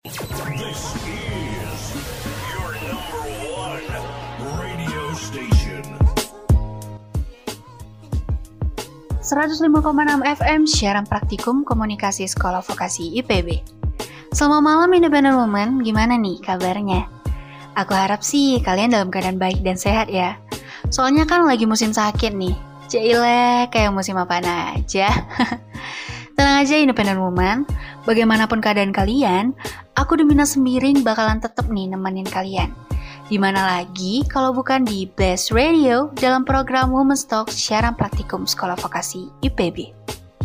This is your number one radio station. 105,6 FM siaran praktikum komunikasi sekolah vokasi IPB. Selamat malam Independent Woman, gimana nih kabarnya? Aku harap sih kalian dalam keadaan baik dan sehat ya. Soalnya kan lagi musim sakit nih. Jailek, kayak musim apaan aja. Tenang aja Independent Woman, bagaimanapun keadaan kalian, aku Dumina Sembiring bakalan tetep nih nemenin kalian. Dimana lagi kalau bukan di Blast Radio dalam program Women's Talk siaran praktikum sekolah vokasi IPB.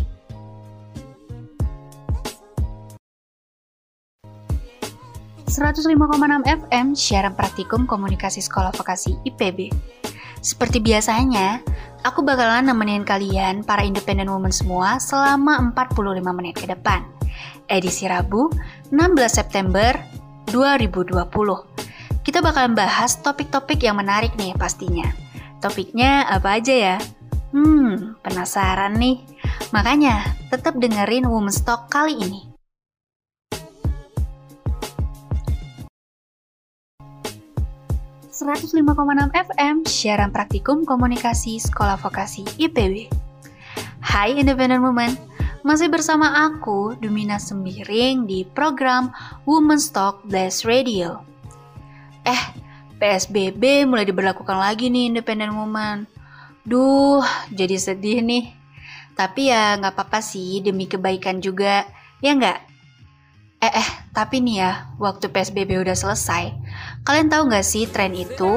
...105,6 FM siaran praktikum komunikasi sekolah vokasi IPB. Seperti biasanya, aku bakalan nemenin kalian para independent women semua selama 45 menit ke depan. Edisi Rabu, 16 September 2020. Kita bakalan bahas topik-topik yang menarik nih pastinya. Topiknya apa aja ya? Penasaran nih? Makanya, tetap dengerin Women's Talk kali ini. ...105,6 FM siaran praktikum komunikasi sekolah vokasi IPB. Hai Independent Woman, masih bersama aku Dumina Sembiring di program Women's Talk Blast Radio. PSBB mulai diberlakukan lagi nih Independent Woman. Duh, jadi sedih nih. Tapi ya gak apa-apa sih demi kebaikan juga, ya nggak? Tapi nih ya, waktu PSBB udah selesai, kalian tahu nggak sih tren itu?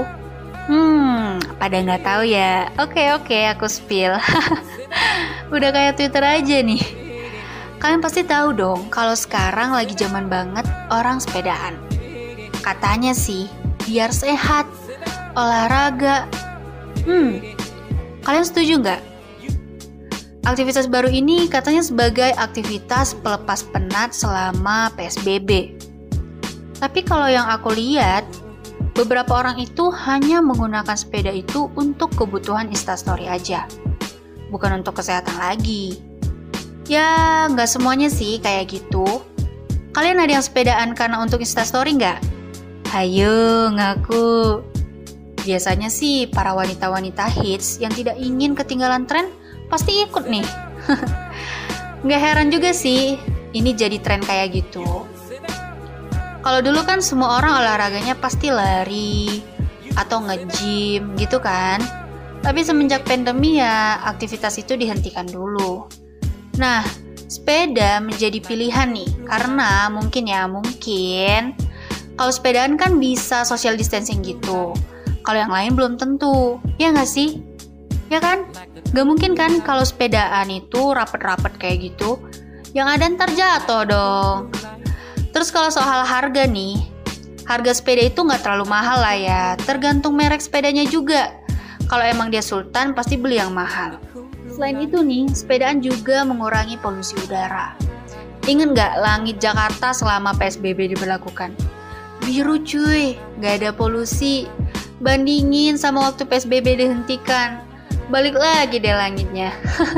Pada nggak tahu ya? Oke, aku spill. Udah kayak Twitter aja nih. Kalian pasti tahu dong, kalau sekarang lagi zaman banget orang sepedaan. Katanya sih, biar sehat, olahraga. Kalian setuju nggak? Aktivitas baru ini katanya sebagai aktivitas pelepas penat selama PSBB. Tapi kalau yang aku lihat, beberapa orang itu hanya menggunakan sepeda itu untuk kebutuhan Instastory aja. Bukan untuk kesehatan lagi. Ya, nggak semuanya sih kayak gitu. Kalian ada yang sepedaan karena untuk Instastory nggak? Hayo, ngaku. Biasanya sih para wanita-wanita hits yang tidak ingin ketinggalan tren pasti ikut nih. Nggak heran juga sih, ini jadi tren kayak gitu. Kalau dulu kan semua orang olahraganya pasti lari atau nge-gym gitu kan. Tapi semenjak pandemi ya aktivitas itu dihentikan dulu. Nah, sepeda menjadi pilihan nih karena mungkin kalau sepedaan kan bisa social distancing gitu. Kalau yang lain belum tentu, ya nggak sih? Ya kan? Gak mungkin kan kalau sepedaan itu rapet-rapet kayak gitu. Yang ada ntar jatuh dong. Terus kalau soal harga nih, harga sepeda itu gak terlalu mahal lah ya. Tergantung merek sepedanya juga. Kalau emang dia sultan pasti beli yang mahal. Selain itu nih, sepedaan juga mengurangi polusi udara. Ingat gak langit Jakarta selama PSBB diberlakukan? Biru cuy, gak ada polusi. Bandingin sama waktu PSBB dihentikan, balik lagi deh langitnya.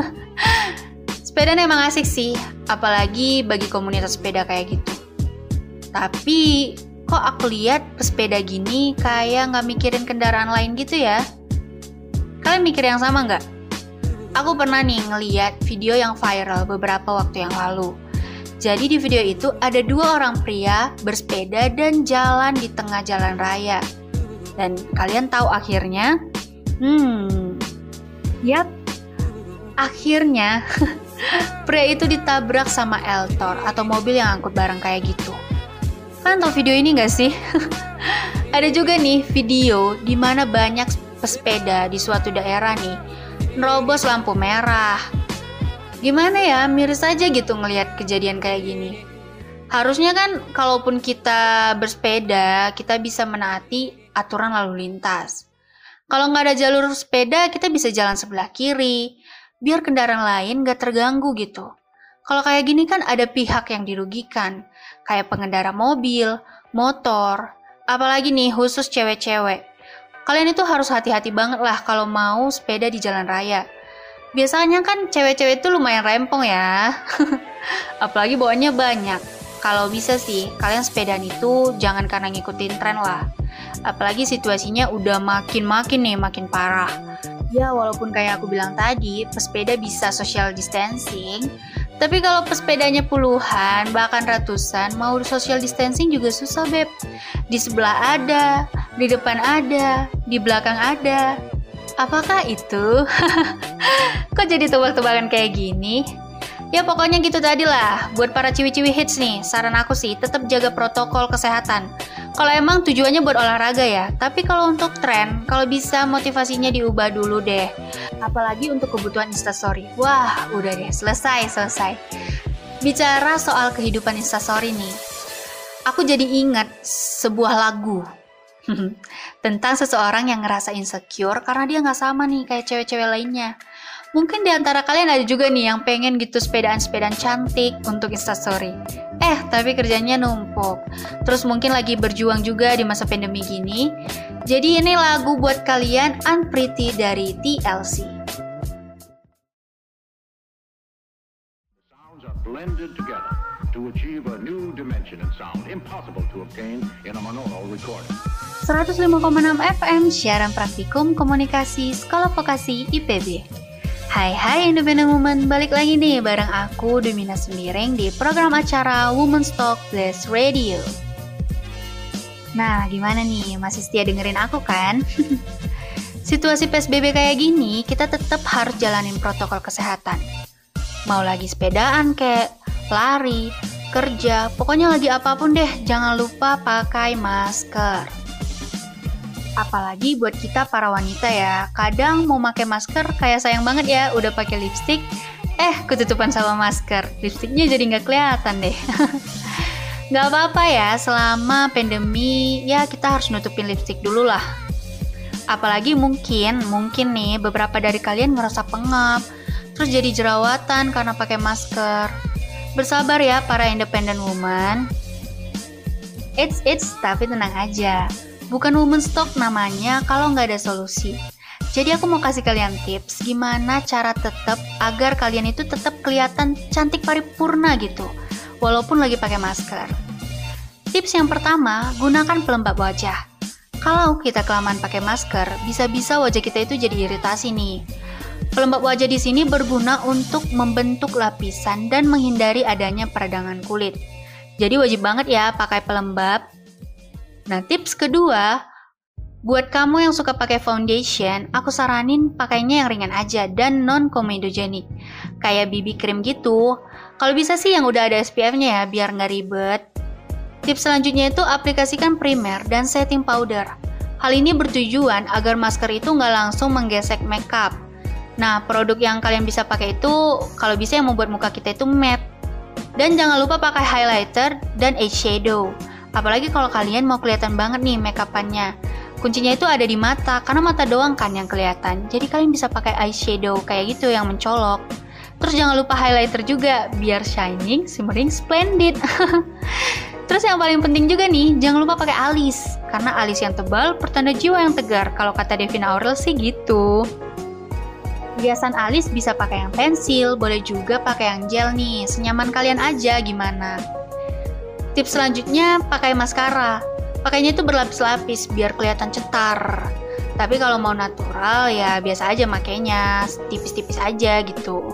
Sepeda emang asik sih, apalagi bagi komunitas sepeda kayak gitu. Tapi kok aku lihat pesepeda gini kayak gak mikirin kendaraan lain gitu ya? Kalian mikir yang sama gak? Aku pernah nih ngeliat video yang viral beberapa waktu yang lalu. Jadi di video itu ada 2 orang pria bersepeda dan jalan di tengah jalan raya. Dan kalian tahu akhirnya? Yap, akhirnya pria itu ditabrak sama Eltor atau mobil yang angkut barang kayak gitu. Kalian tahu video ini gak sih? Ada juga nih video di mana banyak pesepeda di suatu daerah nih nerobos lampu merah. Gimana ya, miris aja gitu ngelihat kejadian kayak gini. Harusnya kan kalaupun kita bersepeda, kita bisa menaati aturan lalu lintas. Kalau nggak ada jalur sepeda, kita bisa jalan sebelah kiri, biar kendaraan lain nggak terganggu gitu. Kalau kayak gini kan ada pihak yang dirugikan, kayak pengendara mobil, motor, apalagi nih khusus cewek-cewek. Kalian itu harus hati-hati banget lah kalau mau sepeda di jalan raya. Biasanya kan cewek-cewek itu lumayan rempong ya. Apalagi bawaannya banyak. Kalau bisa sih, kalian sepedaan itu jangan karena ngikutin tren lah. Apalagi situasinya udah makin parah. Ya walaupun kayak aku bilang tadi, pesepeda bisa social distancing, tapi kalau pesepedanya puluhan, bahkan ratusan, mau social distancing juga susah, Beb. Di sebelah ada, di depan ada, di belakang ada. Apakah itu? Kok jadi tebak-tebakan kayak gini? Ya pokoknya gitu tadi lah. Buat para ciwi-ciwi hits nih, saran aku sih tetap jaga protokol kesehatan. Kalau emang tujuannya buat olahraga ya, tapi kalau untuk tren, kalau bisa motivasinya diubah dulu deh. Apalagi untuk kebutuhan Instastory. Wah, udah deh, selesai. Bicara soal kehidupan Instastory nih, aku jadi ingat sebuah lagu tentang seseorang yang ngerasa insecure karena dia nggak sama nih kayak cewek-cewek lainnya. Mungkin di antara kalian ada juga nih yang pengen gitu sepedaan cantik untuk Instastory. Tapi kerjanya numpuk. Terus mungkin lagi berjuang juga di masa pandemi gini. Jadi ini lagu buat kalian, Unpretty dari TLC. Sounds are blended together to achieve a new dimension in sound impossible to obtain in a monaural recording. 105,6 FM siaran praktikum komunikasi Sekolah Vokasi IPB. Hai Independent Woman, balik lagi nih bareng aku Dumina Sembiring di program acara Women's Talk Plus Radio. Nah, gimana nih? Masih setia dengerin aku kan? Situasi PSBB kayak gini, kita tetap harus jalanin protokol kesehatan. Mau lagi sepedaan kek, lari, kerja, pokoknya lagi apapun deh, jangan lupa pakai masker. Apalagi buat kita para wanita ya, kadang mau pakai masker kayak sayang banget ya, udah pakai lipstick, ketutupan sama masker, lipstiknya jadi nggak kelihatan deh. Nggak apa-apa ya, selama pandemi ya kita harus nutupin lipstick dulu lah. Apalagi mungkin nih beberapa dari kalian ngerasa pengap, terus jadi jerawatan karena pakai masker. Bersabar ya para independent woman. Tapi tenang aja. Bukan Women's Talk namanya kalau nggak ada solusi. Jadi aku mau kasih kalian tips gimana cara tetap agar kalian itu tetap kelihatan cantik paripurna gitu, walaupun lagi pakai masker. Tips yang pertama, gunakan pelembab wajah. Kalau kita kelamaan pakai masker, bisa-bisa wajah kita itu jadi iritasi nih. Pelembab wajah di sini berguna untuk membentuk lapisan dan menghindari adanya peradangan kulit. Jadi wajib banget ya pakai pelembab. Nah, tips kedua, buat kamu yang suka pakai foundation, aku saranin pakainya yang ringan aja dan non-komedogenik, kayak BB cream gitu. Kalau bisa sih yang udah ada SPF-nya ya, biar nggak ribet. Tips selanjutnya itu aplikasikan primer dan setting powder. Hal ini bertujuan agar masker itu nggak langsung menggesek makeup. Nah, produk yang kalian bisa pakai itu, kalau bisa yang membuat muka kita itu matte. Dan jangan lupa pakai highlighter dan eyeshadow. Apalagi kalau kalian mau kelihatan banget nih makeupannya. Kuncinya itu ada di mata, karena mata doang kan yang kelihatan. Jadi kalian bisa pakai eyeshadow kayak gitu yang mencolok. Terus jangan lupa highlighter juga, biar shining, shimmering, splendid. Terus yang paling penting juga nih, jangan lupa pakai alis. Karena alis yang tebal pertanda jiwa yang tegar. Kalau kata Devina Aurel sih gitu. Hiasan alis bisa pakai yang pensil, boleh juga pakai yang gel nih. Senyaman kalian aja gimana. Tips selanjutnya, pakai maskara. Pakainya itu berlapis-lapis biar kelihatan cetar. Tapi kalau mau natural ya biasa aja makainya, tipis-tipis aja gitu.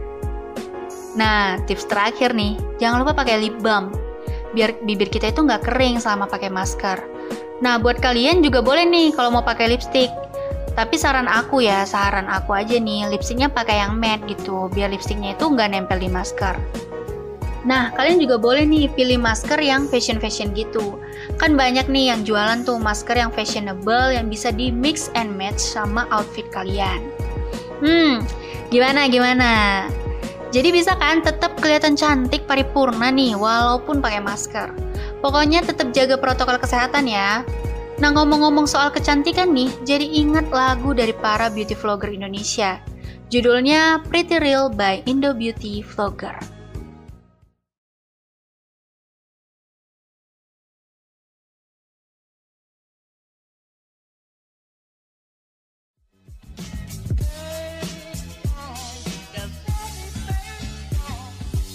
Nah, tips terakhir nih, jangan lupa pakai lip balm. Biar bibir kita itu nggak kering selama pakai masker. Nah, buat kalian juga boleh nih kalau mau pakai lipstick. Tapi saran aku aja nih, lipstiknya pakai yang matte gitu, biar lipstiknya itu nggak nempel di masker. Nah, kalian juga boleh nih pilih masker yang fashion gitu. Kan banyak nih yang jualan tuh masker yang fashionable yang bisa di mix and match sama outfit kalian. Gimana? Jadi bisa kan tetap kelihatan cantik paripurna nih walaupun pakai masker. Pokoknya tetap jaga protokol kesehatan ya. Nah, ngomong-ngomong soal kecantikan nih, jadi ingat lagu dari para beauty vlogger Indonesia. Judulnya Pretty Real by Indo Beauty Vlogger.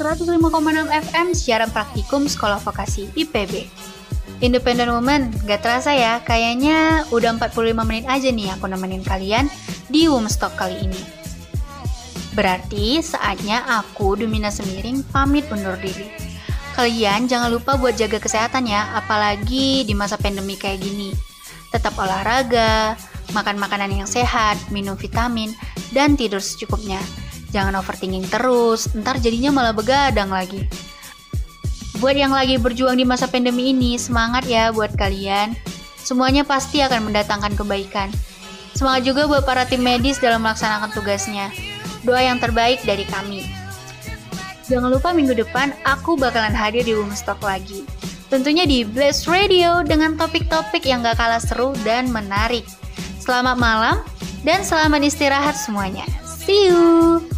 105,6 FM siaran praktikum Sekolah Vokasi IPB. Independent Woman, gak terasa ya, kayaknya udah 45 menit aja nih aku nemenin kalian di Womenstock kali ini. Berarti saatnya aku, Dumina Semiring, pamit undur diri. Kalian jangan lupa buat jaga kesehatan ya, apalagi di masa pandemi kayak gini. Tetap olahraga, makan makanan yang sehat, minum vitamin, dan tidur secukupnya. Jangan overthinking terus, ntar jadinya malah begadang lagi. Buat yang lagi berjuang di masa pandemi ini, semangat ya buat kalian. Semuanya pasti akan mendatangkan kebaikan. Semangat juga buat para tim medis dalam melaksanakan tugasnya. Doa yang terbaik dari kami. Jangan lupa minggu depan aku bakalan hadir di Womenstock lagi. Tentunya di Blast Radio dengan topik-topik yang gak kalah seru dan menarik. Selamat malam dan selamat istirahat semuanya. See you!